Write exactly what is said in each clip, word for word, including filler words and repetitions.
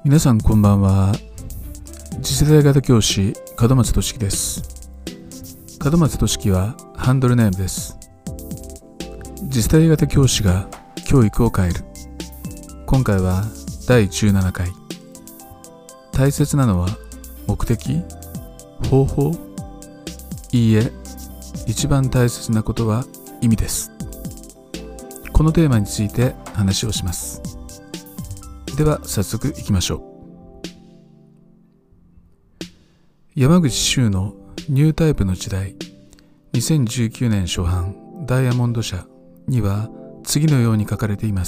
皆さんこんばんは。次世代型教師門松俊樹です。門松俊樹はハンドルネームです。次世代型教師が教育を変える。今回はだいじゅうななかい。大切なのは目的？方法？いいえ、一番大切なことは意味です。このテーマについて話をします。では早速いきましょう。山口周のニュータイプの時代、にせんじゅうきゅうねん初版ダイヤモンド社には次のように書かれています。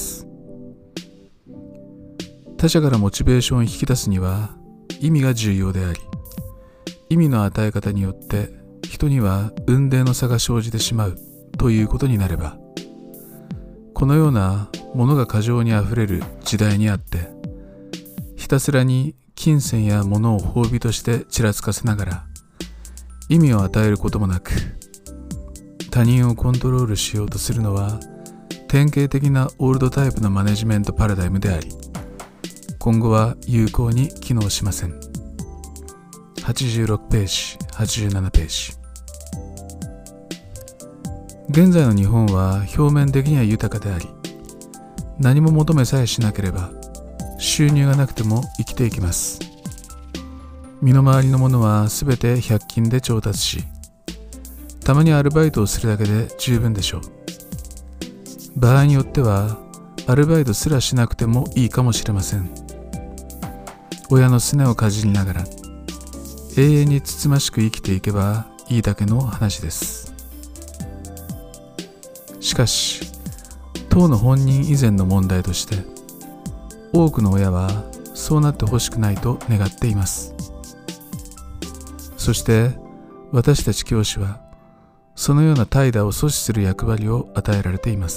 他者からモチベーションを引き出すには意味が重要であり、意味の与え方によって人には雲泥の差が生じてしまうということになれば、このようなものが過剰にあふれる時代にあって、ひたすらに金銭や物を褒美としてちらつかせながら意味を与えることもなく、他人をコントロールしようとするのは典型的なオールドタイプのマネジメントパラダイムであり、今後は有効に機能しません。はちじゅうろくページ、はちじゅうななページ。現在の日本は表面的には豊かであり、何も求めさえしなければ収入がなくても生きていきます。身の回りのものはすべてひゃく均で調達し、たまにアルバイトをするだけで十分でしょう。場合によってはアルバイトすらしなくてもいいかもしれません。親のすねをかじりながら永遠につつましく生きていけばいいだけの話です。しかし、当の本人以前の問題として、多くの親はそうなってほしくないと願っています。そして私たち教師はそのような怠惰を阻止する役割を与えられています。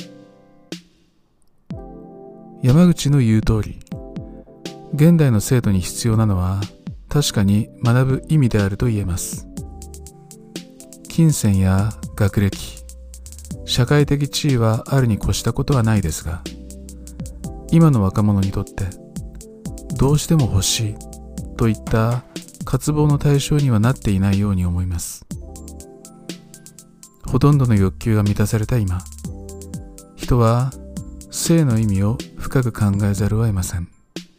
山口の言う通り、現代の生徒に必要なのは確かに学ぶ意味であると言えます。金銭や学歴、社会的地位はあるに越したことはないですが、今の若者にとってどうしても欲しいといった渇望の対象にはなっていないように思います。ほとんどの欲求が満たされた今、人は生の意味を深く考えざるを得ません。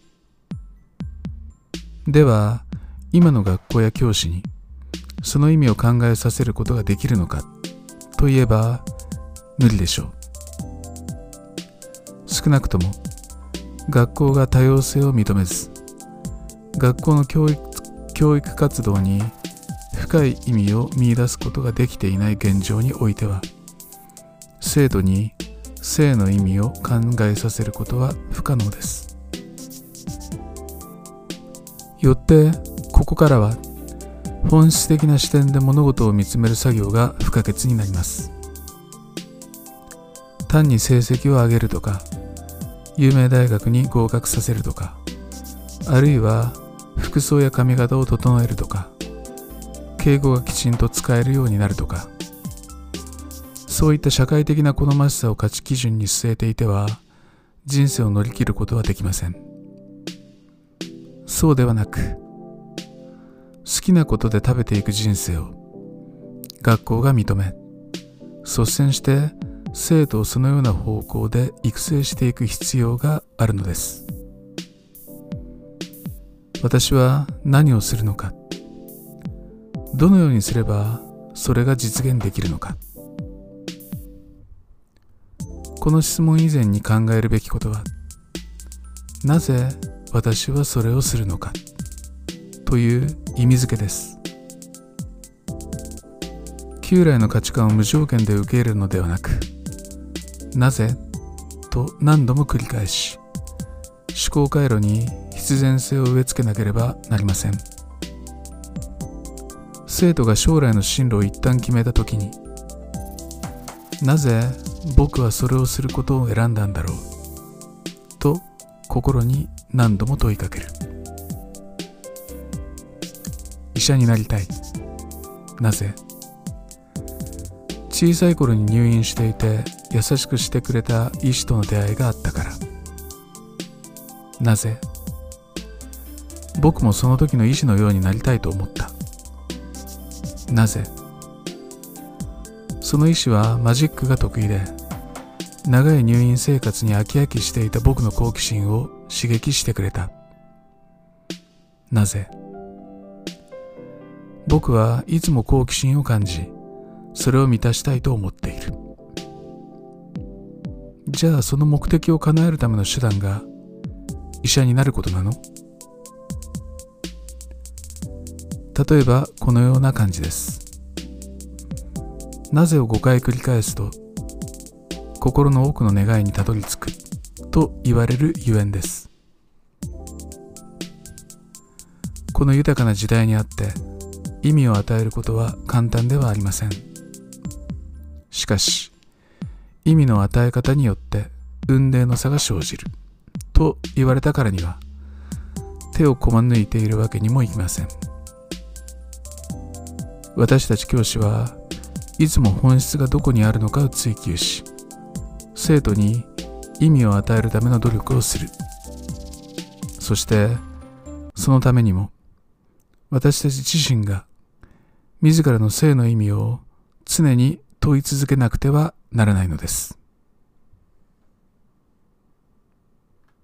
では、今の学校や教師にその意味を考えさせることができるのかといえば無理でしょう。少なくとも学校が多様性を認めず、学校の教育、教育活動に深い意味を見出すことができていない現状においては、生徒に生の意味を考えさせることは不可能です。よってここからは本質的な視点で物事を見つめる作業が不可欠になります。単に成績を上げるとか、有名大学に合格させるとか、あるいは服装や髪型を整えるとか、敬語がきちんと使えるようになるとか、そういった社会的な好ましさを価値基準に据えていては人生を乗り切ることはできません。そうではなく、好きなことで食べていく人生を学校が認め、率先して生徒をそのような方向で育成していく必要があるのです。私は何をするのか、どのようにすればそれが実現できるのか。この質問以前に考えるべきことは、なぜ私はそれをするのかという意味付けです。旧来の価値観を無条件で受け入れるのではなく、なぜと何度も繰り返し、思考回路に必然性を植え付けなければなりません。生徒が将来の進路を一旦決めたときに、なぜ僕はそれをすることを選んだんだろうと心に何度も問いかける。医者になりたい。なぜ？小さい頃に入院していて優しくしてくれた医師との出会いがあったから。なぜ？ 僕もその時の医師のようになりたいと思った。なぜ？その医師はマジックが得意で、長い入院生活に飽き飽きしていた僕の好奇心を刺激してくれた。なぜ？僕はいつも好奇心を感じ、それを満たしたいと思っている。じゃあその目的を叶えるための手段が医者になることなの？例えばこのような感じです。なぜをごかい繰り返すと心の奥の願いにたどり着くと言われるゆえんです。この豊かな時代にあって意味を与えることは簡単ではありません。しかし意味の与え方によって雲泥の差が生じると言われたからには手をこま抜いているわけにもいきません。私たち教師はいつも本質がどこにあるのかを追求し、生徒に意味を与えるための努力をする。そしてそのためにも私たち自身が自らの生の意味を常に問い続けなくてはならないのです。